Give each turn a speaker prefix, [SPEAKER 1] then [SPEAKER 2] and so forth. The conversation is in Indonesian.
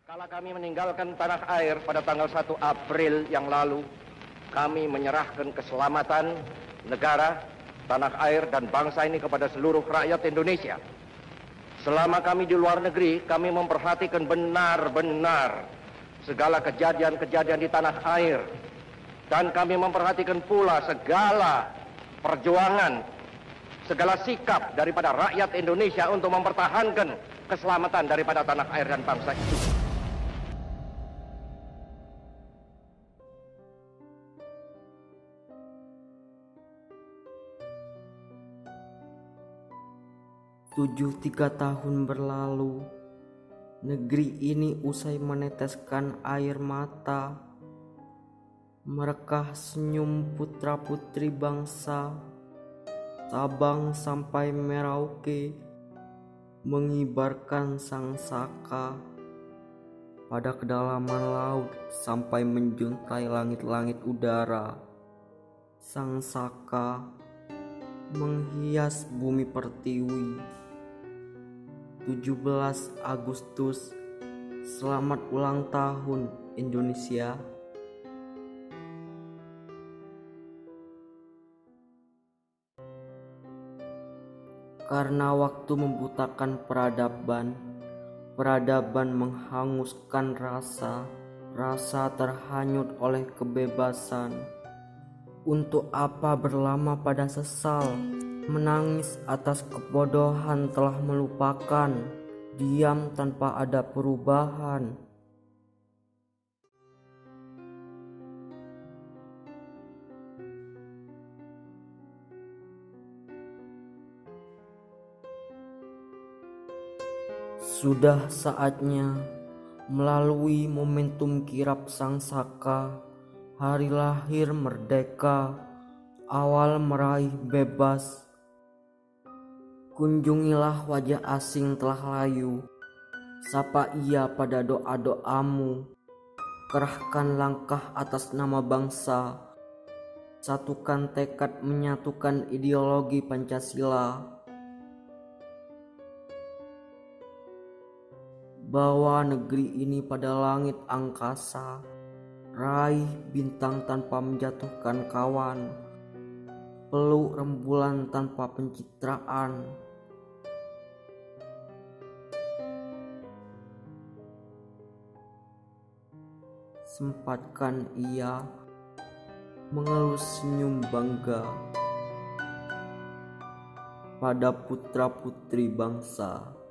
[SPEAKER 1] Kala kami meninggalkan tanah air pada tanggal 1 April yang lalu, kami menyerahkan keselamatan negara, tanah air, dan bangsa ini kepada seluruh rakyat Indonesia. Selama kami di luar negeri, kami memperhatikan benar-benar segala kejadian-kejadian di tanah air. Dan kami memperhatikan pula segala perjuangan, segala sikap daripada rakyat Indonesia untuk mempertahankan keselamatan daripada tanah air dan bangsa itu.
[SPEAKER 2] Tiga tahun berlalu, negeri ini usai meneteskan air mata, merekah senyum putra-putri bangsa, Sabang sampai Merauke, mengibarkan sang saka pada kedalaman laut sampai menjuntai langit-langit udara. Sang saka menghias bumi pertiwi. 17 Agustus, selamat ulang tahun Indonesia. Karena waktu membutakan peradaban menghanguskan rasa terhanyut oleh kebebasan. Untuk apa berlama pada sesal, menangis atas kebodohan telah melupakan, diam tanpa ada perubahan. Sudah saatnya melalui momentum kirap sang saka, hari lahir merdeka, awal meraih bebas. Kunjungilah wajah asing telah layu, sapa ia pada doa-doamu. Kerahkan langkah atas nama bangsa, satukan tekad menyatukan ideologi Pancasila. Bawa negeri ini pada langit angkasa, raih bintang tanpa menjatuhkan kawan, peluk rembulan tanpa pencitraan. Sempatkan ia mengelus senyum bangga pada putra-putri bangsa.